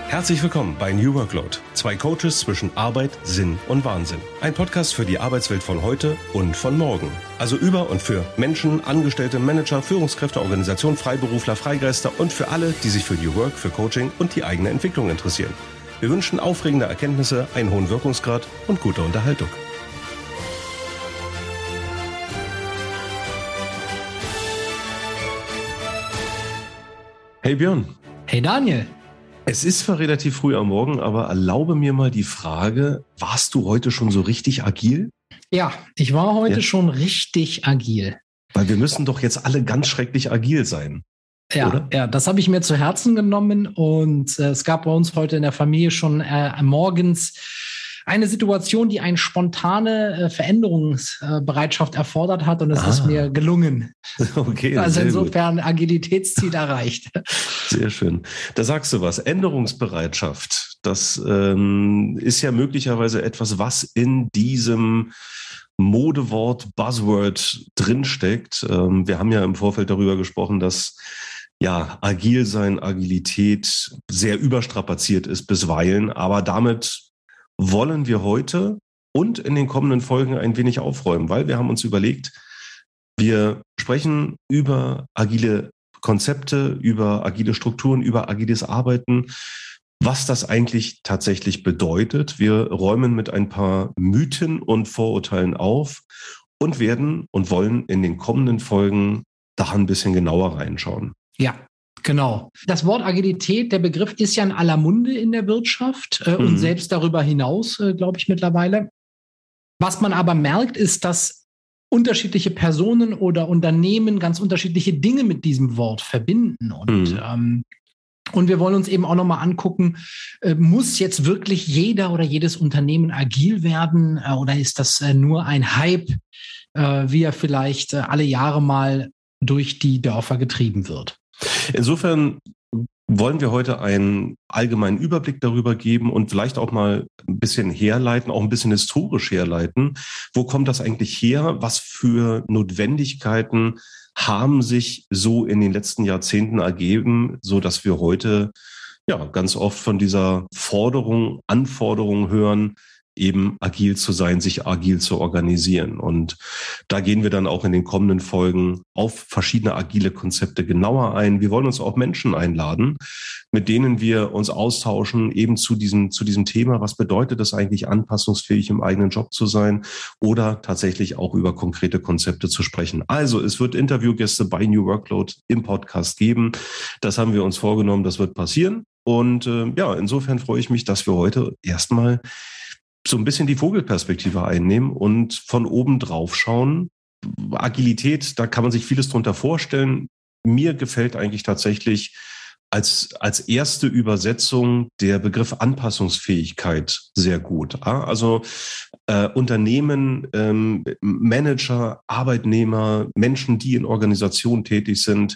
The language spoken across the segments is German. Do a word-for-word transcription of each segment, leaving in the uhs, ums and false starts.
Herzlich willkommen bei New Workload. Zwei Coaches zwischen Arbeit, Sinn und Wahnsinn. Ein Podcast für die Arbeitswelt von heute und von morgen. Also über und für Menschen, Angestellte, Manager, Führungskräfte, Organisationen, Freiberufler, Freigeister und für alle, die sich für New Work, für Coaching und die eigene Entwicklung interessieren. Wir wünschen aufregende Erkenntnisse, einen hohen Wirkungsgrad und gute Unterhaltung. Hey Björn. Hey Daniel. Es ist zwar relativ früh am Morgen, aber erlaube mir mal die Frage, warst du heute schon so richtig agil? Ja, ich war heute ja. schon richtig agil. Weil wir müssen doch jetzt alle ganz schrecklich agil sein. Ja, oder? ja, das habe ich mir zu Herzen genommen und äh, es gab bei uns heute in der Familie schon äh, morgens eine Situation, die eine spontane äh, Veränderungsbereitschaft äh, erfordert hat und es ah. ist mir gelungen. Okay, also insofern gut. Agilitätsziel erreicht. Sehr schön. Da sagst du was. Änderungsbereitschaft, das ähm, ist ja möglicherweise etwas, was in diesem Modewort, Buzzword drinsteckt. Ähm, wir haben ja im Vorfeld darüber gesprochen, dass ja agil sein, Agilität sehr überstrapaziert ist bisweilen, aber damit wollen wir heute und in den kommenden Folgen ein wenig aufräumen, weil wir haben uns überlegt, wir sprechen über agile Konzepte, über agile Strukturen, über agiles Arbeiten, was das eigentlich tatsächlich bedeutet. Wir räumen mit ein paar Mythen und Vorurteilen auf und werden und wollen in den kommenden Folgen da ein bisschen genauer reinschauen. Ja. Genau. Das Wort Agilität, der Begriff ist ja in aller Munde in der Wirtschaft äh, mhm. und selbst darüber hinaus, äh, glaube ich, mittlerweile. Was man aber merkt, ist, dass unterschiedliche Personen oder Unternehmen ganz unterschiedliche Dinge mit diesem Wort verbinden. Und, mhm. ähm, und wir wollen uns eben auch nochmal angucken, äh, muss jetzt wirklich jeder oder jedes Unternehmen agil werden äh, oder ist das äh, nur ein Hype, äh, wie er vielleicht äh, alle Jahre mal durch die Dörfer getrieben wird? Insofern wollen wir heute einen allgemeinen Überblick darüber geben und vielleicht auch mal ein bisschen herleiten, auch ein bisschen historisch herleiten. Wo kommt das eigentlich her? Was für Notwendigkeiten haben sich so in den letzten Jahrzehnten ergeben, so dass wir heute ja ganz oft von dieser Forderung, Anforderung hören, eben agil zu sein, sich agil zu organisieren. Und da gehen wir dann auch in den kommenden Folgen auf verschiedene agile Konzepte genauer ein. Wir wollen uns auch Menschen einladen, mit denen wir uns austauschen, eben zu diesem, zu diesem Thema. Was bedeutet es eigentlich, anpassungsfähig im eigenen Job zu sein oder tatsächlich auch über konkrete Konzepte zu sprechen? Also es wird Interviewgäste bei New Workload im Podcast geben. Das haben wir uns vorgenommen, das wird passieren. Und äh, ja, insofern freue ich mich, dass wir heute erstmal so ein bisschen die Vogelperspektive einnehmen und von oben drauf schauen. Agilität, da kann man sich vieles drunter vorstellen. Mir gefällt eigentlich tatsächlich als, als erste Übersetzung der Begriff Anpassungsfähigkeit sehr gut. Also äh, Unternehmen, ähm, Manager, Arbeitnehmer, Menschen, die in Organisationen tätig sind,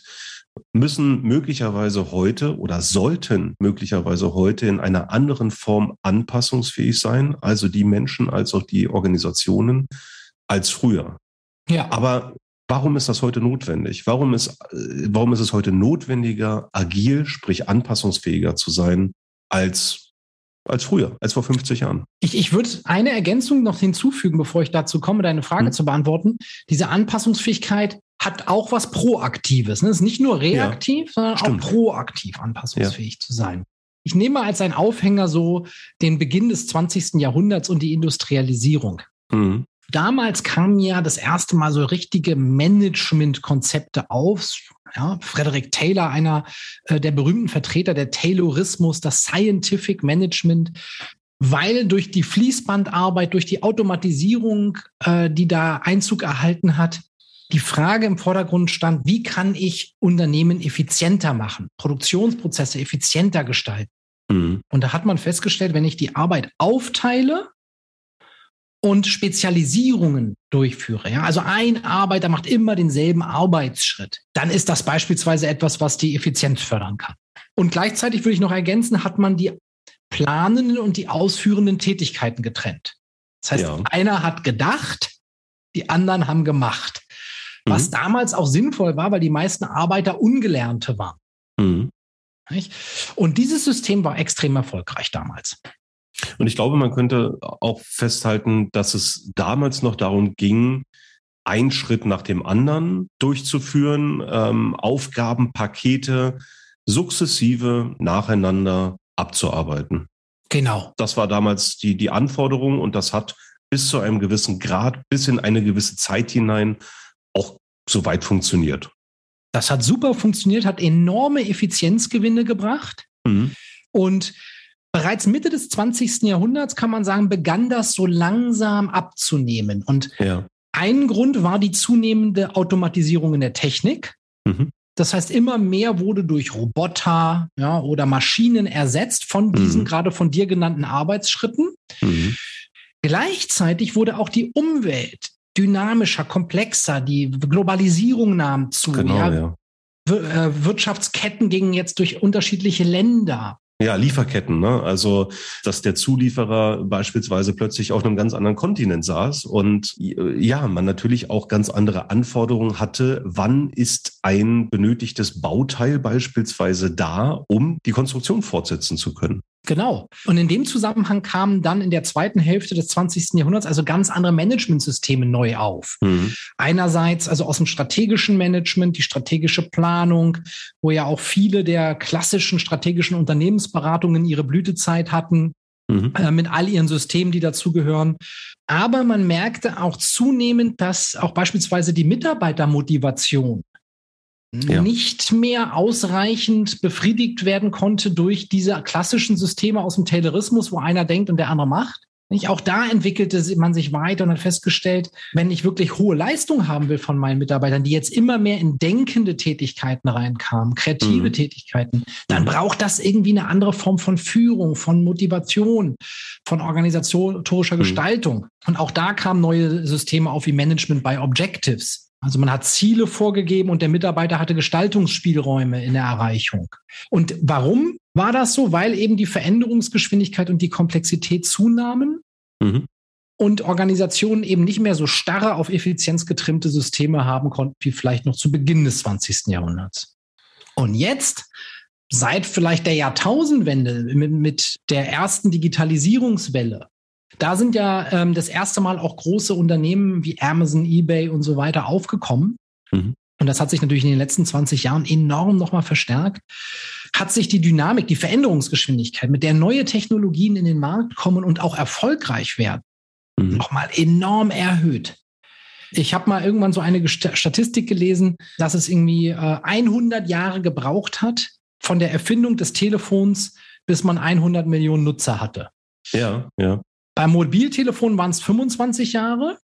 müssen möglicherweise heute oder sollten möglicherweise heute in einer anderen Form anpassungsfähig sein, also die Menschen als auch die Organisationen, als früher. Ja. Aber warum ist das heute notwendig? Warum ist, warum ist es heute notwendiger, agil, sprich anpassungsfähiger zu sein, als als früher, als vor fünfzig Jahren? Ich, ich würde eine Ergänzung noch hinzufügen, bevor ich dazu komme, deine Frage hm. zu beantworten. Diese Anpassungsfähigkeit hat auch was Proaktives. Ne? Es ist nicht nur reaktiv, ja, sondern stimmt. auch proaktiv anpassungsfähig ja. zu sein. Ich nehme als einen Aufhänger so den Beginn des zwanzigsten Jahrhunderts und die Industrialisierung. Mhm. Damals kamen ja das erste Mal so richtige Management-Konzepte auf. Ja, Frederick Taylor, einer äh, der berühmten Vertreter der Taylorismus, das Scientific Management, weil durch die Fließbandarbeit, durch die Automatisierung, äh, die da Einzug erhalten hat, die Frage im Vordergrund stand, wie kann ich Unternehmen effizienter machen, Produktionsprozesse effizienter gestalten? Mhm. Und da hat man festgestellt, wenn ich die Arbeit aufteile und Spezialisierungen durchführe, ja, also ein Arbeiter macht immer denselben Arbeitsschritt, dann ist das beispielsweise etwas, was die Effizienz fördern kann. Und gleichzeitig würde ich noch ergänzen, hat man die planenden und die ausführenden Tätigkeiten getrennt. Das heißt, ja. einer hat gedacht, die anderen haben gemacht. Was mhm. damals auch sinnvoll war, weil die meisten Arbeiter Ungelernte waren. Mhm. Nicht? Und dieses System war extrem erfolgreich damals. Und ich glaube, man könnte auch festhalten, dass es damals noch darum ging, einen Schritt nach dem anderen durchzuführen, ähm, Aufgabenpakete sukzessive nacheinander abzuarbeiten. Genau. Das war damals die, die Anforderung und das hat bis zu einem gewissen Grad, bis in eine gewisse Zeit hinein auch soweit funktioniert. Das hat super funktioniert, hat enorme Effizienzgewinne gebracht. Mhm. Und bereits Mitte des zwanzigsten Jahrhunderts, kann man sagen, begann das so langsam abzunehmen. Und ja. ein Grund war die zunehmende Automatisierung in der Technik. Mhm. Das heißt, immer mehr wurde durch Roboter ja, oder Maschinen ersetzt von diesen mhm. gerade von dir genannten Arbeitsschritten. Mhm. Gleichzeitig wurde auch die Umwelt dynamischer, komplexer, die Globalisierung nahm zu. Genau, ja. Ja. Wir- Wirtschaftsketten gingen jetzt durch unterschiedliche Länder. Ja, Lieferketten, ne? Also, dass der Zulieferer beispielsweise plötzlich auf einem ganz anderen Kontinent saß und ja, man natürlich auch ganz andere Anforderungen hatte. Wann ist ein benötigtes Bauteil beispielsweise da, um die Konstruktion fortsetzen zu können? Genau. Und in dem Zusammenhang kamen dann in der zweiten Hälfte des zwanzigsten Jahrhunderts also ganz andere Managementsysteme neu auf. Mhm. Einerseits also aus dem strategischen Management, die strategische Planung, wo ja auch viele der klassischen strategischen Unternehmensberatungen ihre Blütezeit hatten, mhm. äh, mit all ihren Systemen, die dazugehören. Aber man merkte auch zunehmend, dass auch beispielsweise die Mitarbeitermotivation Ja. nicht mehr ausreichend befriedigt werden konnte durch diese klassischen Systeme aus dem Taylorismus, wo einer denkt und der andere macht. Nicht? Auch da entwickelte man sich weiter und hat festgestellt, wenn ich wirklich hohe Leistung haben will von meinen Mitarbeitern, die jetzt immer mehr in denkende Tätigkeiten reinkamen, kreative mhm. Tätigkeiten, dann mhm. braucht das irgendwie eine andere Form von Führung, von Motivation, von organisatorischer mhm. Gestaltung. Und auch da kamen neue Systeme auf wie Management by Objectives. Also man hat Ziele vorgegeben und der Mitarbeiter hatte Gestaltungsspielräume in der Erreichung. Und warum war das so? Weil eben die Veränderungsgeschwindigkeit und die Komplexität zunahmen mhm. und Organisationen eben nicht mehr so starre auf Effizienz getrimmte Systeme haben konnten, wie vielleicht noch zu Beginn des zwanzigsten Jahrhunderts. Und jetzt, seit vielleicht der Jahrtausendwende mit, mit der ersten Digitalisierungswelle, da sind ja ähm, das erste Mal auch große Unternehmen wie Amazon, eBay und so weiter aufgekommen. Mhm. Und das hat sich natürlich in den letzten zwanzig Jahren enorm nochmal verstärkt. Hat sich die Dynamik, die Veränderungsgeschwindigkeit, mit der neue Technologien in den Markt kommen und auch erfolgreich werden, mhm. nochmal enorm erhöht. Ich habe mal irgendwann so eine Statistik gelesen, dass es irgendwie äh, hundert Jahre gebraucht hat von der Erfindung des Telefons, bis man hundert Millionen Nutzer hatte. Ja, ja. Beim Mobiltelefon waren es fünfundzwanzig Jahre.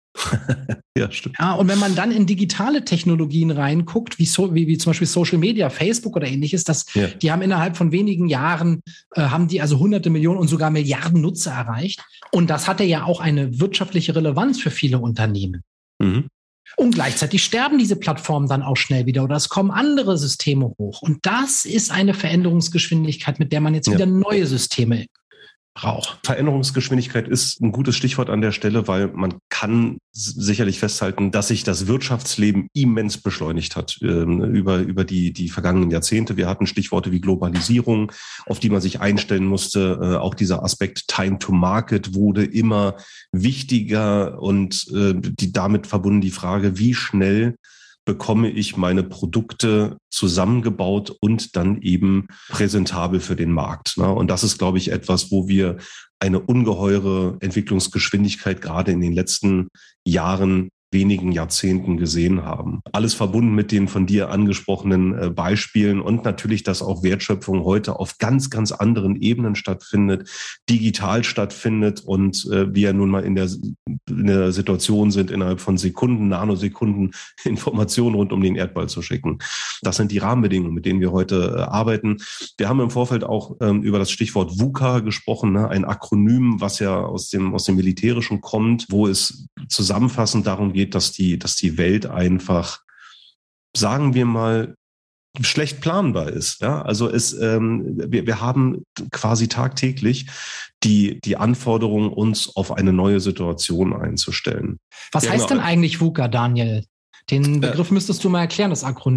Ja, stimmt. Ja, und wenn man dann in digitale Technologien reinguckt, wie, so, wie, wie zum Beispiel Social Media, Facebook oder ähnliches, das, ja. die haben innerhalb von wenigen Jahren, äh, haben die also hunderte Millionen und sogar Milliarden Nutzer erreicht. Und das hatte ja auch eine wirtschaftliche Relevanz für viele Unternehmen. Mhm. Und gleichzeitig sterben diese Plattformen dann auch schnell wieder oder es kommen andere Systeme hoch. Und das ist eine Veränderungsgeschwindigkeit, mit der man jetzt ja. wieder neue Systeme braucht. Veränderungsgeschwindigkeit ist ein gutes Stichwort an der Stelle, weil man kann sicherlich festhalten, dass sich das Wirtschaftsleben immens beschleunigt hat äh, über über die die vergangenen Jahrzehnte. Wir hatten Stichworte wie Globalisierung, auf die man sich einstellen musste. Äh, auch dieser Aspekt Time to Market wurde immer wichtiger und äh, die damit verbunden die Frage, wie schnell bekomme ich meine Produkte zusammengebaut und dann eben präsentabel für den Markt. Und das ist, glaube ich, etwas, wo wir eine ungeheure Entwicklungsgeschwindigkeit gerade in den letzten Jahren, wenigen Jahrzehnten gesehen haben. Alles verbunden mit den von dir angesprochenen Beispielen und natürlich, dass auch Wertschöpfung heute auf ganz, ganz anderen Ebenen stattfindet, digital stattfindet und wir ja nun mal in der, in der Situation sind, innerhalb von Sekunden, Nanosekunden Informationen rund um den Erdball zu schicken. Das sind die Rahmenbedingungen, mit denen wir heute arbeiten. Wir haben im Vorfeld auch ähm, über das Stichwort VUCA gesprochen, ne? Ein Akronym, was ja aus dem, aus dem Militärischen kommt, wo es zusammenfassend darum geht, dass die, dass die Welt einfach, sagen wir mal, schlecht planbar ist. Ja, also es, ähm, wir, wir haben quasi tagtäglich die, die Anforderung, uns auf eine neue Situation einzustellen. Was ja, heißt denn eigentlich VUCA, Daniel? Den Begriff äh, müsstest du mal erklären, das Akronym.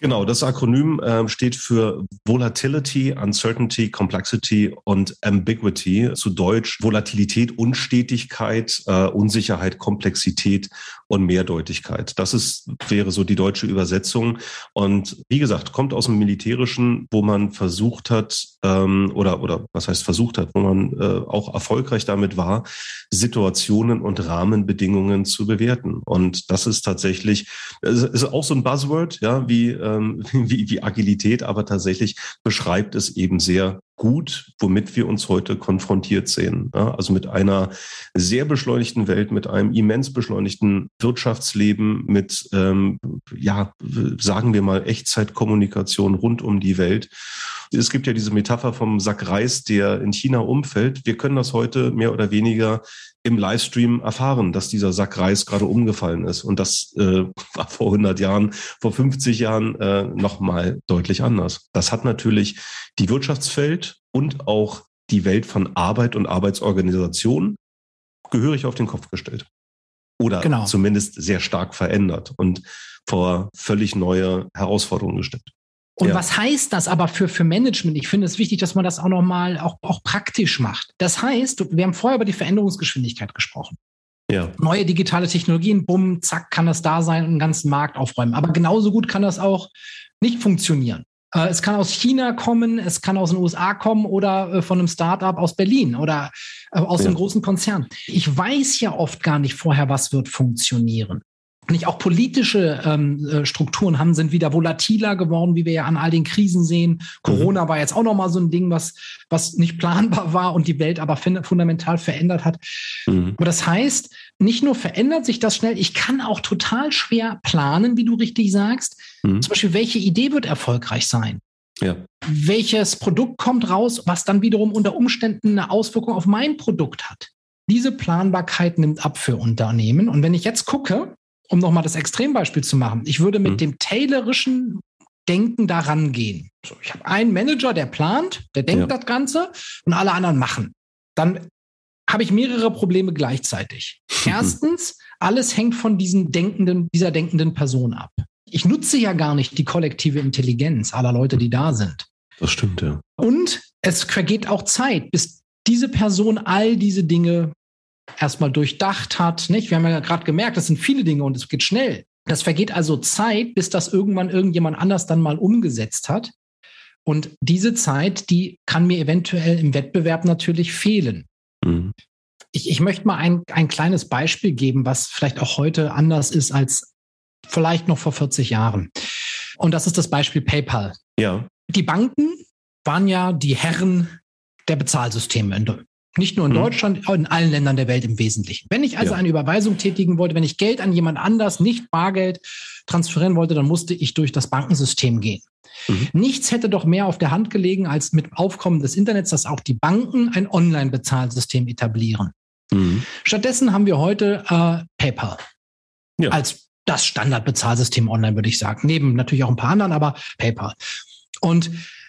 Genau, das Akronym äh, steht für Volatility, Uncertainty, Complexity und Ambiguity. Zu Deutsch Volatilität, Unstetigkeit, äh, Unsicherheit, Komplexität und Mehrdeutigkeit. Das ist, wäre so die deutsche Übersetzung. Und wie gesagt, kommt aus dem Militärischen, wo man versucht hat, ähm, oder, oder was heißt versucht hat, wo man äh, auch erfolgreich damit war, Situationen und Rahmenbedingungen zu bewerten. Und das ist tatsächlich, es ist auch so ein Buzzword, ja, wie, ähm, wie, wie Agilität, aber tatsächlich beschreibt es eben sehr gut, womit wir uns heute konfrontiert sehen. Ja, also mit einer sehr beschleunigten Welt, mit einem immens beschleunigten Wirtschaftsleben, mit, ähm, ja, sagen wir mal, Echtzeitkommunikation rund um die Welt. Es gibt ja diese Metapher vom Sack Reis, der in China umfällt. Wir können das heute mehr oder weniger im Livestream erfahren, dass dieser Sack Reis gerade umgefallen ist. Und das äh, war vor hundert Jahren, vor fünfzig Jahren äh, nochmal deutlich anders. Das hat natürlich die Wirtschaftswelt und auch die Welt von Arbeit und Arbeitsorganisation gehörig auf den Kopf gestellt. Oder genau. Zumindest sehr stark verändert und vor völlig neue Herausforderungen gestellt. Und ja. Was heißt das aber für, für Management? Ich finde es wichtig, dass man das auch nochmal auch, auch praktisch macht. Das heißt, wir haben vorher über die Veränderungsgeschwindigkeit gesprochen. Ja. Neue digitale Technologien, bumm, zack, kann das da sein und einen ganzen Markt aufräumen. Aber genauso gut kann das auch nicht funktionieren. Äh, es kann aus China kommen, es kann aus den U S A kommen oder äh, von einem Startup aus Berlin oder äh, aus ja. einem großen Konzern. Ich weiß ja oft gar nicht vorher, was wird funktionieren. Nicht auch politische ähm, Strukturen haben, sind wieder volatiler geworden, wie wir ja an all den Krisen sehen. Corona mhm. war jetzt auch nochmal so ein Ding, was, was nicht planbar war und die Welt aber fundamental verändert hat. Mhm. Aber das heißt, nicht nur verändert sich das schnell, ich kann auch total schwer planen, wie du richtig sagst. Mhm. Zum Beispiel, welche Idee wird erfolgreich sein? Ja. Welches Produkt kommt raus, was dann wiederum unter Umständen eine Auswirkung auf mein Produkt hat? Diese Planbarkeit nimmt ab für Unternehmen. Und wenn ich jetzt gucke, um nochmal das Extrembeispiel zu machen, ich würde mit mhm. dem taylorischen Denken daran gehen. So, ich habe einen Manager, der plant, der denkt ja. das Ganze und alle anderen machen. Dann habe ich mehrere Probleme gleichzeitig. Erstens, alles hängt von diesen denkenden, dieser denkenden Person ab. Ich nutze ja gar nicht die kollektive Intelligenz aller Leute, die da sind. Das stimmt, ja. Und es vergeht auch Zeit, bis diese Person all diese Dinge erstmal durchdacht hat, nicht? Wir haben ja gerade gemerkt, das sind viele Dinge und es geht schnell. Das vergeht also Zeit, bis das irgendwann irgendjemand anders dann mal umgesetzt hat. Und diese Zeit, die kann mir eventuell im Wettbewerb natürlich fehlen. Mhm. Ich, ich möchte mal ein, ein kleines Beispiel geben, was vielleicht auch heute anders ist als vielleicht noch vor vierzig Jahren. Und das ist das Beispiel PayPal. Ja. Die Banken waren ja die Herren der Bezahlsysteme in Deutschland. Nicht nur in Deutschland, auch in allen Ländern der Welt im Wesentlichen. Wenn ich also ja. eine Überweisung tätigen wollte, wenn ich Geld an jemand anders, nicht Bargeld, transferieren wollte, dann musste ich durch das Bankensystem gehen. Mhm. Nichts hätte doch mehr auf der Hand gelegen, als mit Aufkommen des Internets, dass auch die Banken ein Online-Bezahlsystem etablieren. Mhm. Stattdessen haben wir heute äh, PayPal ja. als das Standardbezahlsystem online, würde ich sagen. Neben natürlich auch ein paar anderen, aber PayPal. Und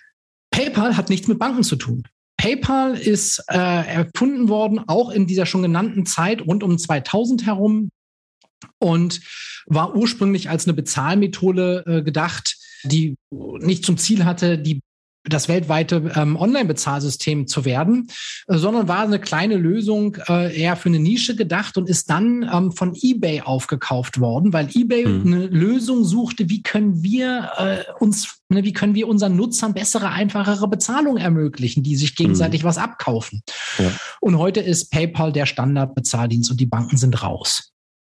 PayPal hat nichts mit Banken zu tun. PayPal ist äh, erfunden worden, auch in dieser schon genannten Zeit rund um zweitausend herum und war ursprünglich als eine Bezahlmethode äh, gedacht, die nicht zum Ziel hatte, die das weltweite ähm, Online-Bezahlsystem zu werden, äh, sondern war eine kleine Lösung äh, eher für eine Nische gedacht und ist dann ähm, von eBay aufgekauft worden, weil eBay mhm. eine Lösung suchte, wie können wir äh, uns, ne, wie können wir unseren Nutzern bessere, einfachere Bezahlung ermöglichen, die sich gegenseitig mhm. was abkaufen. Ja. Und heute ist PayPal der Standardbezahldienst und die Banken sind raus.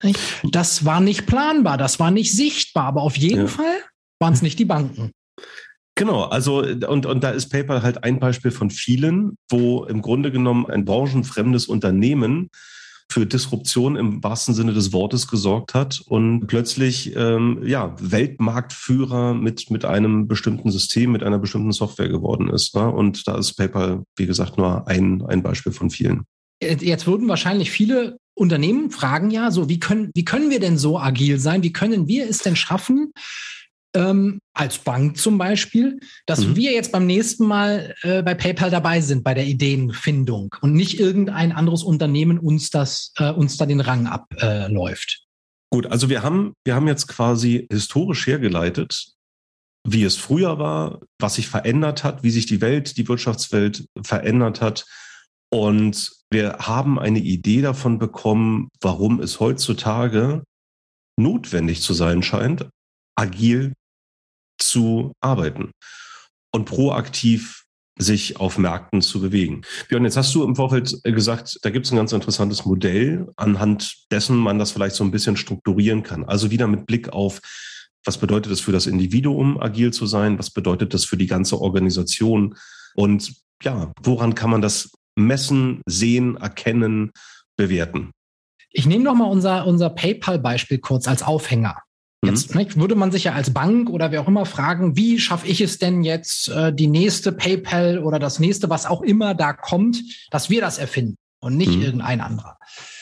Das war nicht planbar, das war nicht sichtbar, aber auf jeden ja. Fall waren es nicht die Banken. Genau, also und, und da ist PayPal halt ein Beispiel von vielen, wo im Grunde genommen ein branchenfremdes Unternehmen für Disruption im wahrsten Sinne des Wortes gesorgt hat und plötzlich ähm, ja Weltmarktführer mit mit einem bestimmten System, mit einer bestimmten Software geworden ist. Ne? Und da ist PayPal, wie gesagt, nur ein, ein Beispiel von vielen. Jetzt würden wahrscheinlich viele Unternehmen fragen ja, so wie können, wie können wir denn so agil sein? Wie können wir es denn schaffen, Ähm, als Bank zum Beispiel, dass mhm. wir jetzt beim nächsten Mal äh, bei PayPal dabei sind, bei der Ideenfindung und nicht irgendein anderes Unternehmen uns das, äh, uns da den Rang abläuft. Äh, Gut, also wir haben, wir haben jetzt quasi historisch hergeleitet, wie es früher war, was sich verändert hat, wie sich die Welt, die Wirtschaftswelt verändert hat. Und wir haben eine Idee davon bekommen, warum es heutzutage notwendig zu sein scheint, agil zu arbeiten und proaktiv sich auf Märkten zu bewegen. Björn, jetzt hast du im Vorfeld gesagt, da gibt es ein ganz interessantes Modell, anhand dessen man das vielleicht so ein bisschen strukturieren kann. Also wieder mit Blick auf, was bedeutet es für das Individuum, agil zu sein? Was bedeutet das für die ganze Organisation? Und ja, woran kann man das messen, sehen, erkennen, bewerten? Ich nehme noch mal unser, unser PayPal-Beispiel kurz als Aufhänger. Jetzt mhm. ne, würde man sich ja als Bank oder wer auch immer fragen, wie schaffe ich es denn jetzt, äh, die nächste PayPal oder das nächste, was auch immer da kommt, dass wir das erfinden und nicht mhm. irgendein anderer.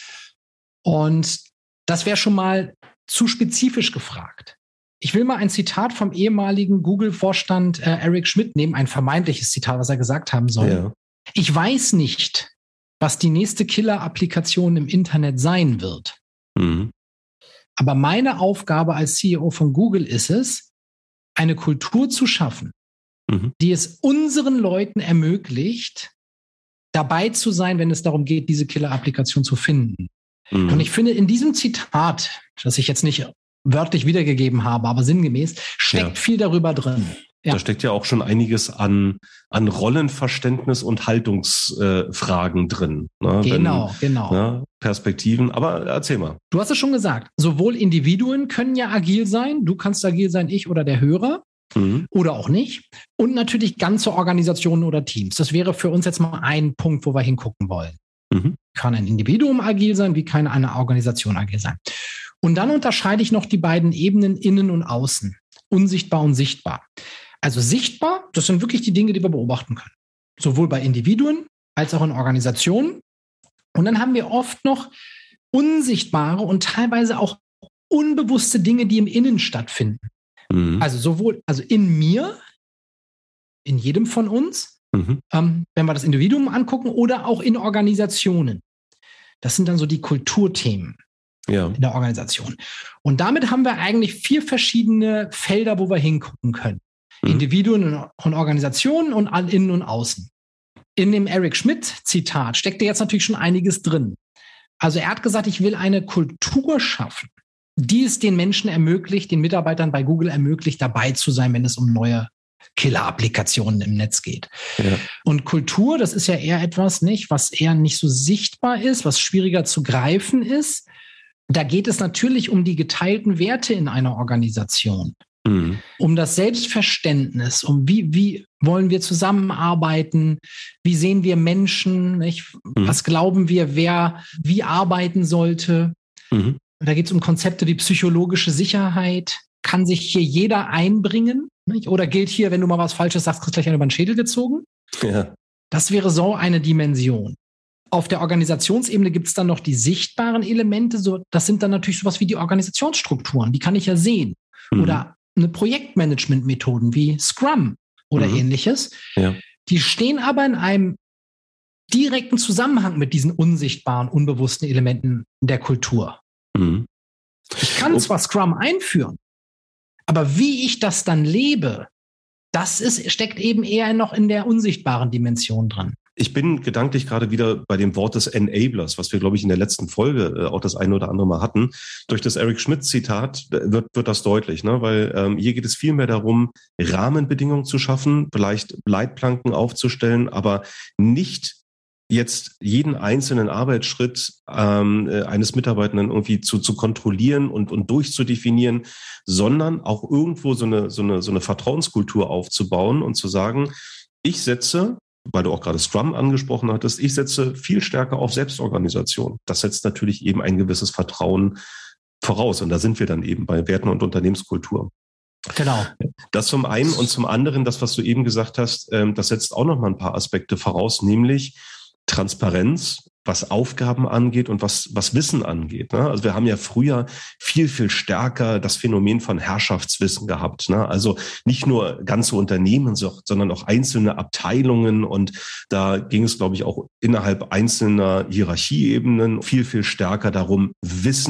Und das wäre schon mal zu spezifisch gefragt. Ich will mal ein Zitat vom ehemaligen Google-Vorstand äh, Eric Schmidt nehmen, ein vermeintliches Zitat, was er gesagt haben soll. Ja. Ich weiß nicht, was die nächste Killer-Applikation im Internet sein wird. Mhm. Aber meine Aufgabe als C E O von Google ist es, eine Kultur zu schaffen, mhm. die es unseren Leuten ermöglicht, dabei zu sein, wenn es darum geht, diese Killer-Applikation zu finden. Mhm. Und ich finde, in diesem Zitat, das ich jetzt nicht wörtlich wiedergegeben habe, aber sinngemäß, steckt ja. viel darüber drin. Ja. Da steckt ja auch schon einiges an, an Rollenverständnis und Haltungsfragen äh, drin. Ne? Genau, Wenn, genau. Ne? Perspektiven. Aber erzähl mal. Du hast es schon gesagt. Sowohl Individuen können ja agil sein. Du kannst agil sein, ich oder der Hörer. Mhm. Oder auch nicht. Und natürlich ganze Organisationen oder Teams. Das wäre für uns jetzt mal ein Punkt, wo wir hingucken wollen. Mhm. Kann ein Individuum agil sein, wie kann eine Organisation agil sein? Und dann unterscheide ich noch die beiden Ebenen innen und außen. Unsichtbar und sichtbar. Also sichtbar, das sind wirklich die Dinge, die wir beobachten können. Sowohl bei Individuen als auch in Organisationen. Und dann haben wir oft noch unsichtbare und teilweise auch unbewusste Dinge, die im Innen stattfinden. Mhm. Also sowohl, also in mir, in jedem von uns, mhm. ähm, wenn wir das Individuum angucken, oder auch in Organisationen. Das sind dann so die Kulturthemen. Ja. In der Organisation. Und damit haben wir eigentlich vier verschiedene Felder, wo wir hingucken können. Mhm. Individuen und Organisationen und innen und außen. In dem Eric Schmidt-Zitat steckt jetzt natürlich schon einiges drin. Also er hat gesagt, ich will eine Kultur schaffen, die es den Menschen ermöglicht, den Mitarbeitern bei Google ermöglicht, dabei zu sein, wenn es um neue Killer-Applikationen im Netz geht. Ja. Und Kultur, das ist ja eher etwas, nicht, was eher nicht so sichtbar ist, was schwieriger zu greifen ist. Da geht es natürlich um die geteilten Werte in einer Organisation, mhm. um das Selbstverständnis, um wie, wie wollen wir zusammenarbeiten, wie sehen wir Menschen, nicht? Mhm. Was glauben wir, wer wie arbeiten sollte. Mhm. Da geht es um Konzepte wie psychologische Sicherheit. Kann sich hier jeder einbringen? Nicht? Oder gilt hier, wenn du mal was Falsches sagst, kriegst du gleich einen über den Schädel gezogen? Ja. Das wäre so eine Dimension. Auf der Organisationsebene gibt es dann noch die sichtbaren Elemente. So, das sind dann natürlich sowas wie die Organisationsstrukturen. Die kann ich ja sehen. Mhm. Oder eine Projektmanagement-Methoden wie Scrum oder mhm. ähnliches. Ja. Die stehen aber in einem direkten Zusammenhang mit diesen unsichtbaren, unbewussten Elementen der Kultur. Mhm. Ich kann zwar Scrum einführen, aber wie ich das dann lebe, das ist, steckt eben eher noch in der unsichtbaren Dimension drin. Ich bin gedanklich gerade wieder bei dem Wort des Enablers, was wir, glaube ich, in der letzten Folge äh, auch das eine oder andere Mal hatten. Durch das Eric Schmidt-Zitat wird, wird das deutlich, ne? Weil ähm, hier geht es vielmehr darum, Rahmenbedingungen zu schaffen, vielleicht Leitplanken aufzustellen, aber nicht jetzt jeden einzelnen Arbeitsschritt ähm, eines Mitarbeitenden irgendwie zu, zu kontrollieren und, und durchzudefinieren, sondern auch irgendwo so eine, so eine, so eine Vertrauenskultur aufzubauen und zu sagen, ich setze, weil du auch gerade Scrum angesprochen hattest, ich setze viel stärker auf Selbstorganisation. Das setzt natürlich eben ein gewisses Vertrauen voraus. Und da sind wir dann eben bei Werten und Unternehmenskultur. Genau. Das zum einen und zum anderen, das, was du eben gesagt hast, das setzt auch noch mal ein paar Aspekte voraus, nämlich Transparenz, was Aufgaben angeht und was, was Wissen angeht. Ne? Also wir haben ja früher viel, viel stärker das Phänomen von Herrschaftswissen gehabt. Ne? Also nicht nur ganze Unternehmen, sondern auch einzelne Abteilungen. Und da ging es, glaube ich, auch innerhalb einzelner Hierarchieebenen viel, viel stärker darum, Wissen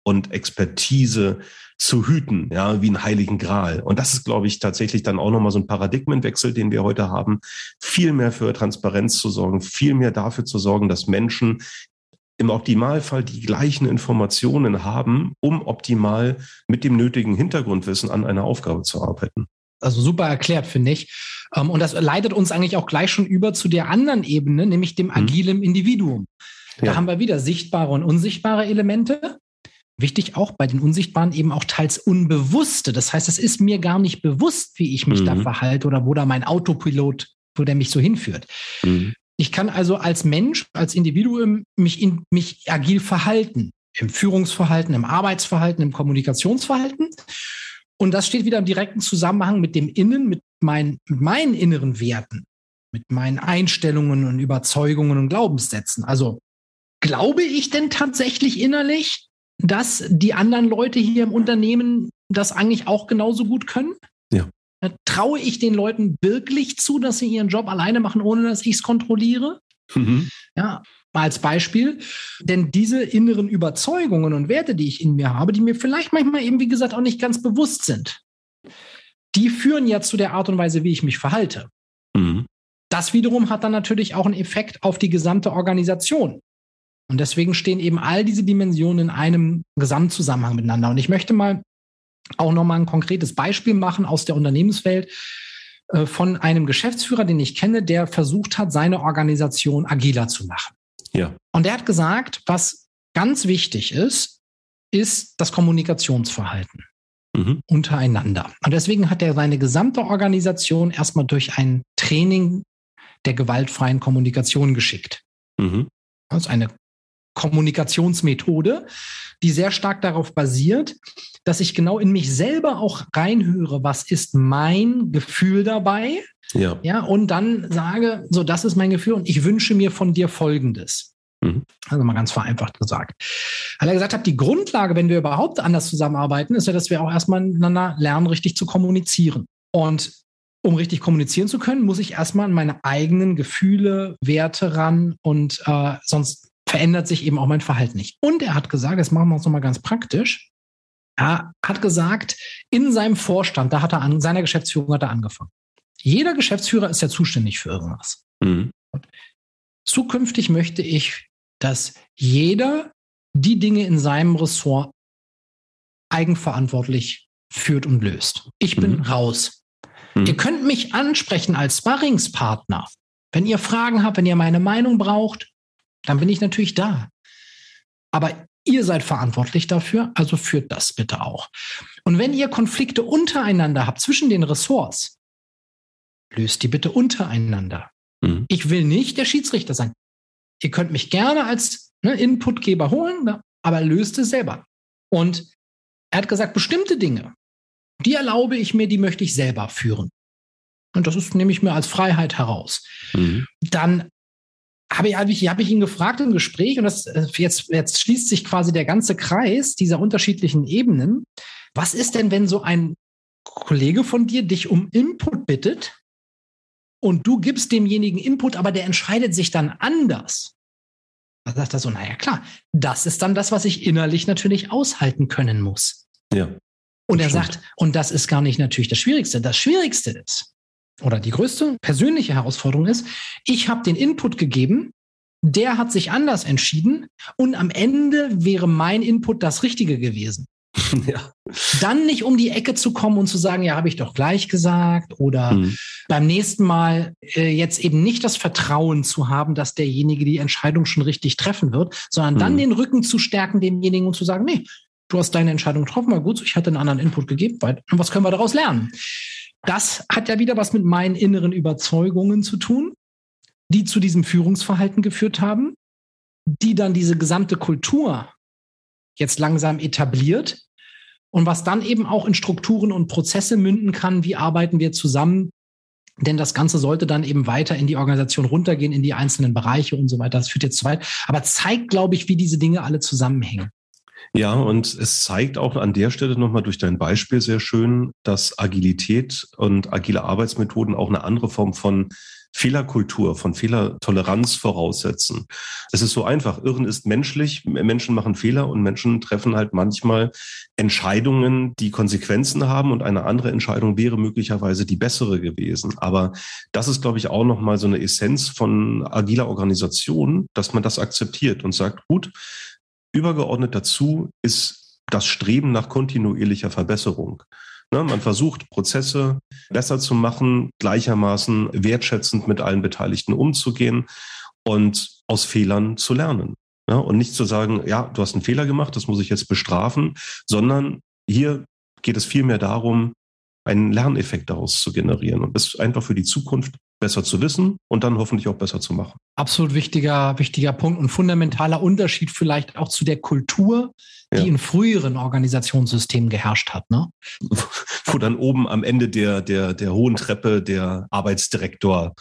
und Expertise zu hüten, ja, wie einen heiligen Gral. Und das ist, glaube ich, tatsächlich dann auch nochmal so ein Paradigmenwechsel, den wir heute haben, viel mehr für Transparenz zu sorgen, viel mehr dafür zu sorgen, dass Menschen im Optimalfall die gleichen Informationen haben, um optimal mit dem nötigen Hintergrundwissen an einer Aufgabe zu arbeiten. Also super erklärt, finde ich. Und das leitet uns eigentlich auch gleich schon über zu der anderen Ebene, nämlich dem agilen Individuum. Da ja. haben wir wieder sichtbare und unsichtbare Elemente. Wichtig auch bei den Unsichtbaren eben auch teils Unbewusste. Das heißt, es ist mir gar nicht bewusst, wie ich mich mhm. da verhalte oder wo da mein Autopilot, wo der mich so hinführt. Mhm. Ich kann also als Mensch, als Individuum mich, in, mich agil verhalten. Im Führungsverhalten, im Arbeitsverhalten, im Kommunikationsverhalten. Und das steht wieder im direkten Zusammenhang mit dem Innen, mit, mein, mit meinen inneren Werten, mit meinen Einstellungen und Überzeugungen und Glaubenssätzen. Also glaube ich denn tatsächlich innerlich, dass die anderen Leute hier im Unternehmen das eigentlich auch genauso gut können? Ja. Traue ich den Leuten wirklich zu, dass sie ihren Job alleine machen, ohne dass ich es kontrolliere? Mhm. Ja, mal als Beispiel. Denn diese inneren Überzeugungen und Werte, die ich in mir habe, die mir vielleicht manchmal eben, wie gesagt, auch nicht ganz bewusst sind, die führen ja zu der Art und Weise, wie ich mich verhalte. Mhm. Das wiederum hat dann natürlich auch einen Effekt auf die gesamte Organisation. Und deswegen stehen eben all diese Dimensionen in einem Gesamtzusammenhang miteinander. Und ich möchte mal auch nochmal ein konkretes Beispiel machen aus der Unternehmenswelt äh, von einem Geschäftsführer, den ich kenne, der versucht hat, seine Organisation agiler zu machen. Ja. Und der hat gesagt, was ganz wichtig ist, ist das Kommunikationsverhalten mhm. untereinander. Und deswegen hat er seine gesamte Organisation erstmal durch ein Training der gewaltfreien Kommunikation geschickt. Mhm. Das ist eine Kommunikationsmethode, die sehr stark darauf basiert, dass ich genau in mich selber auch reinhöre, was ist mein Gefühl dabei? Ja. Ja, und dann sage, so, das ist mein Gefühl und ich wünsche mir von dir Folgendes. Mhm. Also mal ganz vereinfacht gesagt. Weil er gesagt hat, die Grundlage, wenn wir überhaupt anders zusammenarbeiten, ist ja, dass wir auch erstmal miteinander lernen, richtig zu kommunizieren. Und um richtig kommunizieren zu können, muss ich erstmal an meine eigenen Gefühle, Werte ran und äh, sonst verändert sich eben auch mein Verhalten nicht. Und er hat gesagt, das machen wir uns nochmal ganz praktisch, er hat gesagt, in seinem Vorstand, da hat er an seiner Geschäftsführung hat er angefangen. Jeder Geschäftsführer ist ja zuständig für irgendwas. Mhm. Zukünftig möchte ich, dass jeder die Dinge in seinem Ressort eigenverantwortlich führt und löst. Ich bin mhm. raus. Mhm. Ihr könnt mich ansprechen als Sparringspartner. Wenn ihr Fragen habt, wenn ihr meine Meinung braucht, dann bin ich natürlich da. Aber ihr seid verantwortlich dafür, also führt das bitte auch. Und wenn ihr Konflikte untereinander habt, zwischen den Ressorts, löst die bitte untereinander. Mhm. Ich will nicht der Schiedsrichter sein. Ihr könnt mich gerne als ne, Inputgeber holen, ne, aber löst es selber. Und er hat gesagt, bestimmte Dinge, die erlaube ich mir, die möchte ich selber führen. Und das ist, nehme ich mir als Freiheit heraus. Mhm. Dann habe ich, habe ich, habe ich ihn gefragt im Gespräch, und das jetzt, jetzt schließt sich quasi der ganze Kreis dieser unterschiedlichen Ebenen. Was ist denn, wenn so ein Kollege von dir dich um Input bittet und du gibst demjenigen Input, aber der entscheidet sich dann anders? Da sagt er so, naja klar, das ist dann das, was ich innerlich natürlich aushalten können muss. Ja. Und er sagt, und das ist gar nicht natürlich das Schwierigste. Das Schwierigste ist, oder die größte persönliche Herausforderung ist, ich habe den Input gegeben, der hat sich anders entschieden und am Ende wäre mein Input das Richtige gewesen. Ja. Dann nicht um die Ecke zu kommen und zu sagen, ja, habe ich doch gleich gesagt, oder mhm. beim nächsten Mal äh, jetzt eben nicht das Vertrauen zu haben, dass derjenige die Entscheidung schon richtig treffen wird, sondern mhm. dann den Rücken zu stärken demjenigen und zu sagen, nee, du hast deine Entscheidung getroffen, mal gut, ich hatte einen anderen Input gegeben, und was können wir daraus lernen? Das hat ja wieder was mit meinen inneren Überzeugungen zu tun, die zu diesem Führungsverhalten geführt haben, die dann diese gesamte Kultur jetzt langsam etabliert und was dann eben auch in Strukturen und Prozesse münden kann, wie arbeiten wir zusammen, denn das Ganze sollte dann eben weiter in die Organisation runtergehen, in die einzelnen Bereiche und so weiter. Das führt jetzt zu weit, aber zeigt, glaube ich, wie diese Dinge alle zusammenhängen. Ja, und es zeigt auch an der Stelle nochmal durch dein Beispiel sehr schön, dass Agilität und agile Arbeitsmethoden auch eine andere Form von Fehlerkultur, von Fehlertoleranz voraussetzen. Es ist so einfach. Irren ist menschlich. Menschen machen Fehler und Menschen treffen halt manchmal Entscheidungen, die Konsequenzen haben, und eine andere Entscheidung wäre möglicherweise die bessere gewesen. Aber das ist, glaube ich, auch nochmal so eine Essenz von agiler Organisation, dass man das akzeptiert und sagt, gut, übergeordnet dazu ist das Streben nach kontinuierlicher Verbesserung. Ne, man versucht, Prozesse besser zu machen, gleichermaßen wertschätzend mit allen Beteiligten umzugehen und aus Fehlern zu lernen. Ja, und nicht zu sagen, ja, du hast einen Fehler gemacht, das muss ich jetzt bestrafen, sondern hier geht es vielmehr darum, einen Lerneffekt daraus zu generieren und das einfach für die Zukunft besser zu wissen und dann hoffentlich auch besser zu machen. Absolut wichtiger, wichtiger Punkt und fundamentaler Unterschied vielleicht auch zu der Kultur, die ja. in früheren Organisationssystemen geherrscht hat, ne? Wo dann oben am Ende der, der, der hohen Treppe der Arbeitsdirektor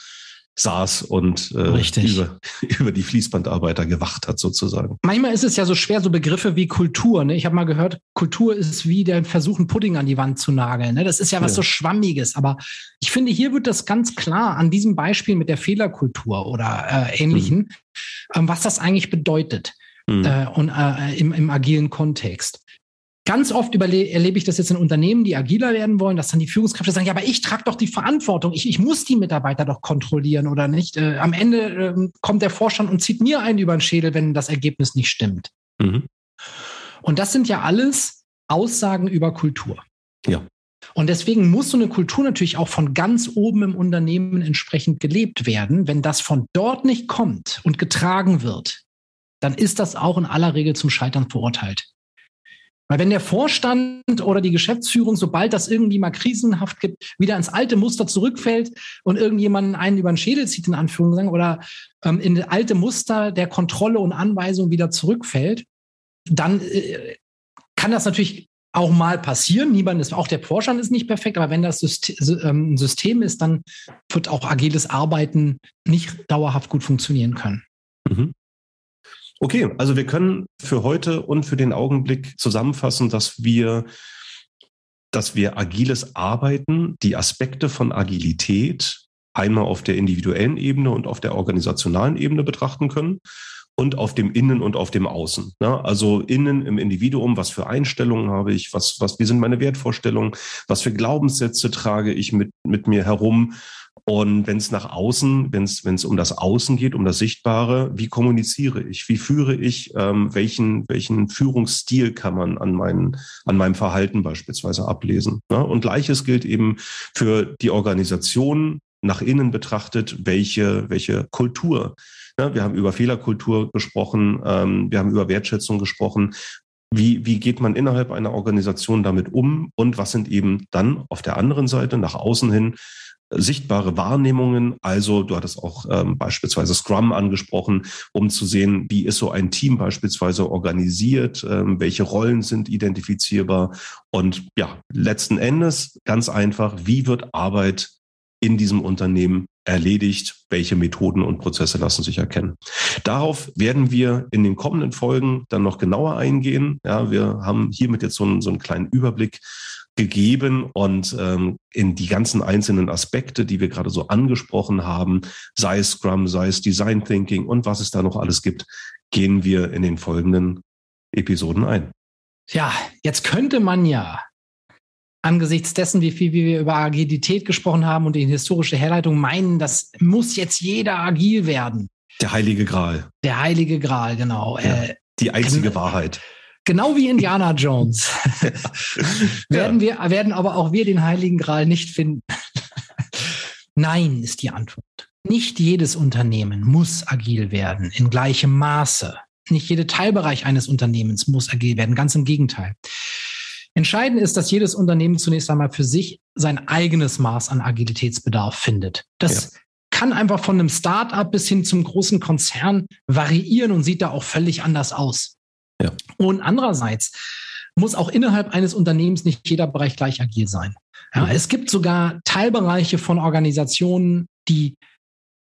saß und äh, über, über die Fließbandarbeiter gewacht hat sozusagen. Manchmal ist es ja so schwer, so Begriffe wie Kultur. Ne? Ich habe mal gehört, Kultur ist wie der Versuch, einen Pudding an die Wand zu nageln. Ne? Das ist ja was ja. so Schwammiges. Aber ich finde, hier wird das ganz klar an diesem Beispiel mit der Fehlerkultur oder äh, Ähnlichem, mhm. ähm, was das eigentlich bedeutet mhm. äh, und äh, im, im agilen Kontext. Ganz oft überle- erlebe ich das jetzt in Unternehmen, die agiler werden wollen, dass dann die Führungskräfte sagen, ja, aber ich trage doch die Verantwortung, ich, ich muss die Mitarbeiter doch kontrollieren oder nicht. Äh, am Ende äh, kommt der Vorstand und zieht mir einen über den Schädel, wenn das Ergebnis nicht stimmt. Mhm. Und das sind ja alles Aussagen über Kultur. Ja. Und deswegen muss so eine Kultur natürlich auch von ganz oben im Unternehmen entsprechend gelebt werden. Wenn das von dort nicht kommt und getragen wird, dann ist das auch in aller Regel zum Scheitern verurteilt. Weil wenn der Vorstand oder die Geschäftsführung, sobald das irgendwie mal krisenhaft gibt, wieder ins alte Muster zurückfällt und irgendjemanden einen über den Schädel zieht, in Anführungszeichen, oder ähm, in das alte Muster der Kontrolle und Anweisung wieder zurückfällt, dann äh, kann das natürlich auch mal passieren. Niemand ist, auch der Vorstand ist nicht perfekt, aber wenn das System, ähm, ein System ist, dann wird auch agiles Arbeiten nicht dauerhaft gut funktionieren können. Mhm. Okay, also wir können für heute und für den Augenblick zusammenfassen, dass wir, dass wir agiles Arbeiten, die Aspekte von Agilität einmal auf der individuellen Ebene und auf der organisationalen Ebene betrachten können und auf dem Innen und auf dem Außen. Ja, also innen im Individuum, was für Einstellungen habe ich, was, was, wie sind meine Wertvorstellungen, was für Glaubenssätze trage ich mit, mit mir herum. Und wenn es nach außen, wenn es wenn es um das Außen geht, um das Sichtbare, wie kommuniziere ich, wie führe ich, ähm, welchen welchen Führungsstil kann man an meinen an meinem Verhalten beispielsweise ablesen. Ne? Und Gleiches gilt eben für die Organisation nach innen betrachtet, welche welche Kultur. Ne? Wir haben über Fehlerkultur gesprochen, ähm, wir haben über Wertschätzung gesprochen. Wie, wie geht man innerhalb einer Organisation damit um und was sind eben dann auf der anderen Seite nach außen hin sichtbare Wahrnehmungen? Also du hattest auch ähm, beispielsweise Scrum angesprochen, um zu sehen, wie ist so ein Team beispielsweise organisiert, ähm, welche Rollen sind identifizierbar und ja, letzten Endes ganz einfach, wie wird Arbeit in diesem Unternehmen erledigt, welche Methoden und Prozesse lassen sich erkennen. Darauf werden wir in den kommenden Folgen dann noch genauer eingehen. Ja, wir haben hiermit jetzt so einen, so einen kleinen Überblick gegeben und ähm, in die ganzen einzelnen Aspekte, die wir gerade so angesprochen haben, sei es Scrum, sei es Design Thinking und was es da noch alles gibt, gehen wir in den folgenden Episoden ein. Ja, jetzt könnte man ja angesichts dessen, wie viel wie wir über Agilität gesprochen haben und die historische Herleitung meinen, das muss jetzt jeder agil werden. Der heilige Gral. Der heilige Gral, genau. Ja, äh, die einzige äh, Wahrheit. Genau wie Indiana Jones. werden wir, werden aber auch wir den heiligen Gral nicht finden. Nein, ist die Antwort. Nicht jedes Unternehmen muss agil werden in gleichem Maße. Nicht jeder Teilbereich eines Unternehmens muss agil werden. Ganz im Gegenteil. Entscheidend ist, dass jedes Unternehmen zunächst einmal für sich sein eigenes Maß an Agilitätsbedarf findet. Das ja. kann einfach von einem Start-up bis hin zum großen Konzern variieren und sieht da auch völlig anders aus. Ja. Und andererseits muss auch innerhalb eines Unternehmens nicht jeder Bereich gleich agil sein. Ja, mhm. Es gibt sogar Teilbereiche von Organisationen, die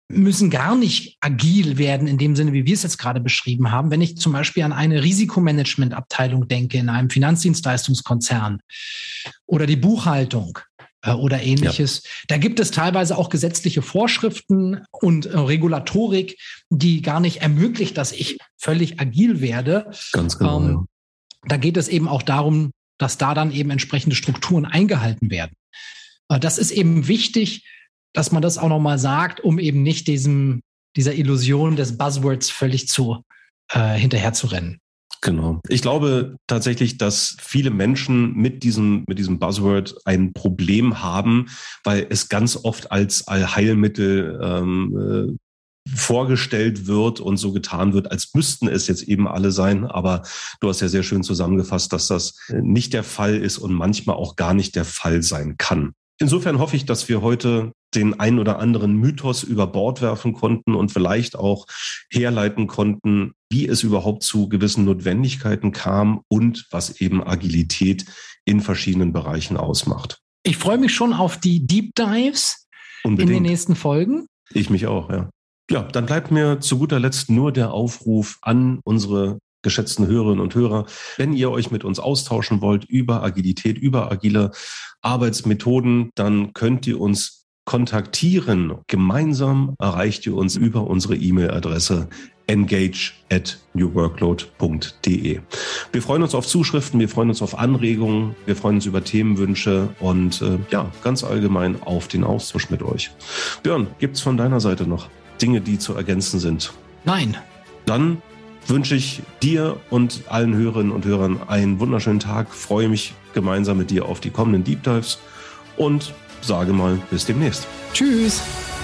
müssen gar nicht agil werden in dem Sinne, wie wir es jetzt gerade beschrieben haben. Wenn ich zum Beispiel an eine Risikomanagementabteilung denke in einem Finanzdienstleistungskonzern oder die Buchhaltung äh, oder ähnliches, ja. Da gibt es teilweise auch gesetzliche Vorschriften und äh, Regulatorik, die gar nicht ermöglicht, dass ich völlig agil werde. Ganz genau. Ähm, ja. Da geht es eben auch darum, dass da dann eben entsprechende Strukturen eingehalten werden. Äh, das ist eben wichtig, dass man das auch nochmal sagt, um eben nicht diesem, dieser Illusion des Buzzwords völlig zu äh, hinterher zu rennen. Genau. Ich glaube tatsächlich, dass viele Menschen mit diesem, mit diesem Buzzword ein Problem haben, weil es ganz oft als Allheilmittel ähm, äh, vorgestellt wird und so getan wird, als müssten es jetzt eben alle sein. Aber du hast ja sehr schön zusammengefasst, dass das nicht der Fall ist und manchmal auch gar nicht der Fall sein kann. Insofern hoffe ich, dass wir heute den einen oder anderen Mythos über Bord werfen konnten und vielleicht auch herleiten konnten, wie es überhaupt zu gewissen Notwendigkeiten kam und was eben Agilität in verschiedenen Bereichen ausmacht. Ich freue mich schon auf die Deep Dives Unbedingt. In den nächsten Folgen. Ich mich auch, ja. Ja, dann bleibt mir zu guter Letzt nur der Aufruf an unsere geschätzten Hörerinnen und Hörer, wenn ihr euch mit uns austauschen wollt über Agilität, über agile Arbeitsmethoden, dann könnt ihr uns kontaktieren. Gemeinsam erreicht ihr uns über unsere E-Mail-Adresse engage at newworkload punkt de. Wir freuen uns auf Zuschriften, wir freuen uns auf Anregungen, wir freuen uns über Themenwünsche und äh, ja, ganz allgemein auf den Austausch mit euch. Björn, gibt's von deiner Seite noch Dinge, die zu ergänzen sind? Nein. Dann wünsche ich dir und allen Hörerinnen und Hörern einen wunderschönen Tag, freue mich gemeinsam mit dir auf die kommenden Deep Dives und sage mal bis demnächst. Tschüss.